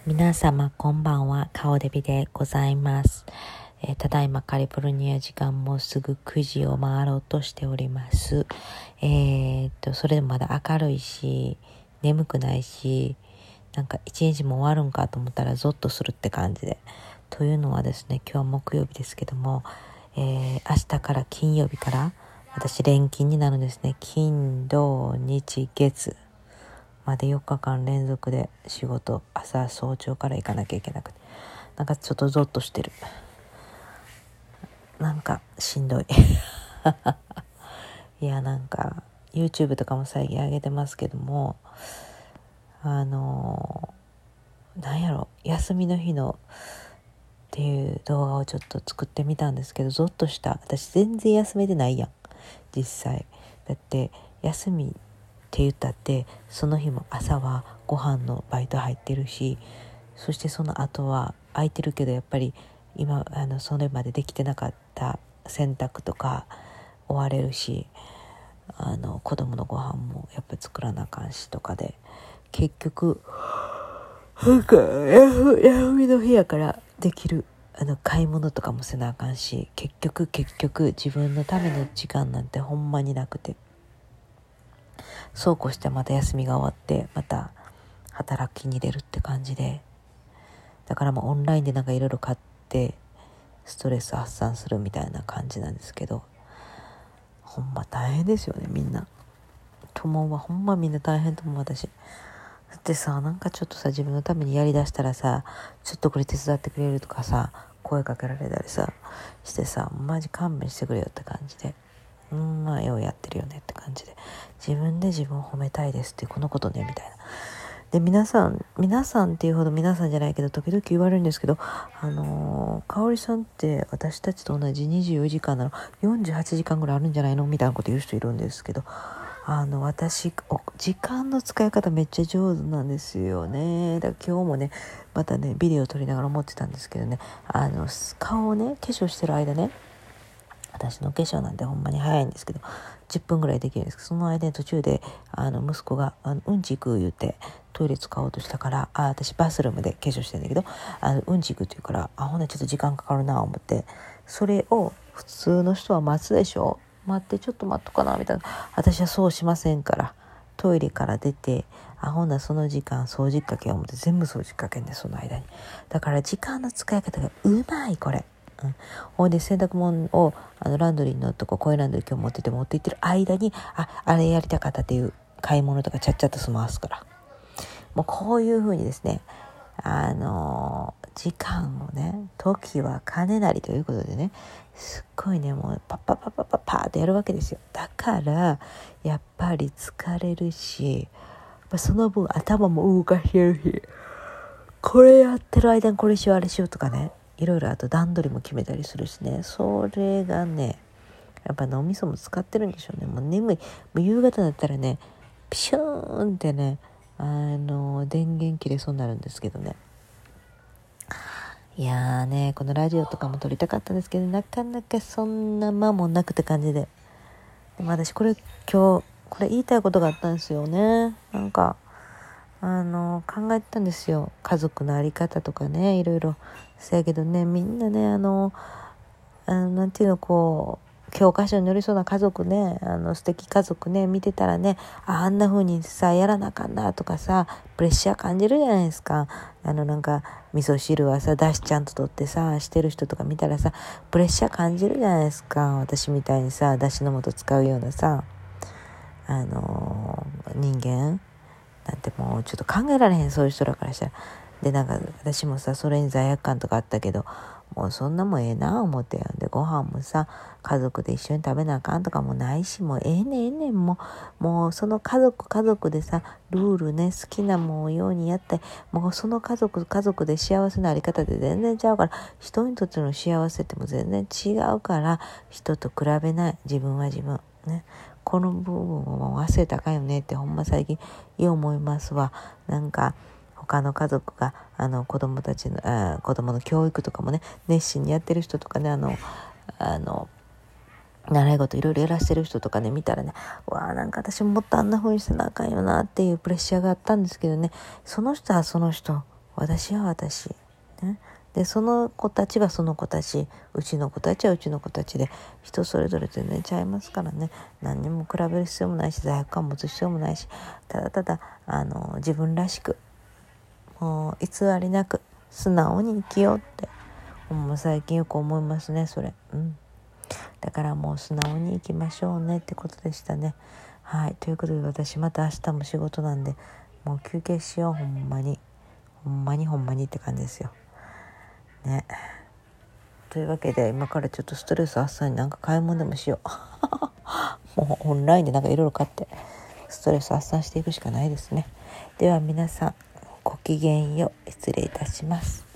皆様こんばんは、顔デビでございます。ただいまカリフォルニア時間もうすぐ9時を回ろうとしております。それでもまだ明るいし、眠くないし、なんか一日も終わるんかと思ったらゾッとするって感じで。というのはですね、今日は木曜日ですけども、明日から金曜日から私連勤になるんですね。金、土、日、月まで4日間連続で仕事、朝早朝から行かなきゃいけなくて、なんかちょっとゾッとしてる。なんかしんどいいや、なんか YouTube とかも最近上げてますけども、なんやろ、休みの日のっていう動画をちょっと作ってみたんですけど、ゾッとした。私全然休めてないやん、実際。だって休みって言ったってその日も朝はご飯のバイト入ってるし、そしてその後は空いてるけど、やっぱり今それまでできてなかった洗濯とか追われるし、子供のご飯もやっぱり作らなあかんしとかで、結局なんか休みの日やからできる買い物とかもせなあかんし、結局自分のための時間なんてほんまになくて、そうこうしてまた休みが終わってまた働きに出るって感じで、だからオンラインでなんかいろいろ買ってストレス発散するみたいな感じなんですけど、ほんま大変ですよね、みんな。友はほんまみんな大変と思う。私だってさ、なんかちょっとさ、自分のためにやりだしたらさ、ちょっとこれ手伝ってくれるとかさ、声かけられたりさしてさ、マジ勘弁してくれよって感じで、まあようやってるよねって感じで、自分で自分を褒めたいですってこのことねみたいな。で、皆さんっていうほど皆さんじゃないけど、時々言われるんですけど、香織さんって私たちと同じ24時間なの48時間ぐらいあるんじゃないのみたいなこと言う人いるんですけど、私時間の使い方めっちゃ上手なんですよね。だから今日もね、またねビデオを撮りながら思ってたんですけどね、顔をね化粧してる間ね、私の化粧なんてほんまに早いんですけど10分ぐらいできるんですけど、その間に途中で息子がうんち行く言うてトイレ使おうとしたから、私バスルームで化粧してるんだけど、うんち行くって言うから、ほんなちょっと時間かかるな思って、それを普通の人は待つでしょ、待ってちょっと待っとかなみたいな。私はそうしませんから、トイレから出て、ほんなその時間掃除かけよう思って全部掃除かけんね、その間に。だから時間の使い方がうまい、これ。ほいで洗濯物をランドリーのとこ、コインランドリー今日持ってってる間に、あれやりたかったっていう買い物とかちゃっちゃと済ますから、もうこういう風にですね、時間をね、時は金なりということでね、すっごいね、もうパッパッパッパッパッパーってやるわけですよ。だからやっぱり疲れるし、その分頭も動かしてるし、これやってる間にこれしようあれしようとかね、いろいろあと段取りも決めたりするしね、それがね、やっぱ脳みそも使ってるんでしょうね。もう眠い。もう夕方だったらね、ピシューンってね、電源切れそうになるんですけどね。いやーね、このラジオとかも撮りたかったんですけど、なかなかそんな間もなくって感じで。でも私今日これ言いたいことがあったんですよね。なんか考えてたんですよ。家族のあり方とかね、いろいろ。そやけどね、みんなね、なんていうの、こう、教科書に載りそうな家族ね、素敵家族ね、見てたらね、あんな風にさ、やらなあかんなとかさ、プレッシャー感じるじゃないですか。なんか、味噌汁はさ、だしちゃんと取ってさ、してる人とか見たらさ、プレッシャー感じるじゃないですか。私みたいにさ、だしの素使うようなさ、人間なんてもうちょっと考えられへん、そういう人らからしたら。で、なんか私もさ、それに罪悪感とかあったけど、もうそんなもんええな思ってで、ご飯もさ、家族で一緒に食べなあかんとかもないし、もうええねんええねん、もうその家族でさ、ルールね、好きなもんようにやって、もうその家族で幸せなあり方で全然ちゃうから、人にとっての幸せっても全然違うから、人と比べない、自分は自分ね、この部分を忘れたらあかんよねってほんま最近思いますわ。なんか他の家族が子供の教育とかもね、熱心にやってる人とかね、習い事いろいろやらしてる人とかね見たらね、なんか私ももっとあんな風にしてなあかんよなっていうプレッシャーがあったんですけどね、その人はその人私は私、ね、でその子たちはその子たち、うちの子たちはうちの子たちで、人それぞれ全然ちゃいますからね。何にも比べる必要もないし、罪悪感持つ必要もないし、ただただ自分らしく、もう偽りなく素直に生きようって、もう最近よく思いますね、それ。だからもう素直に生きましょうねってことでしたね。はい、ということで、私また明日も仕事なんで、もう休憩しよう。ほんまにって感じですよね。というわけで、今からちょっとストレス発散になんか買い物でもしようもうオンラインでなんかいろいろ買ってストレス発散していくしかないですね。では皆さん、ごきげんよう。失礼いたします。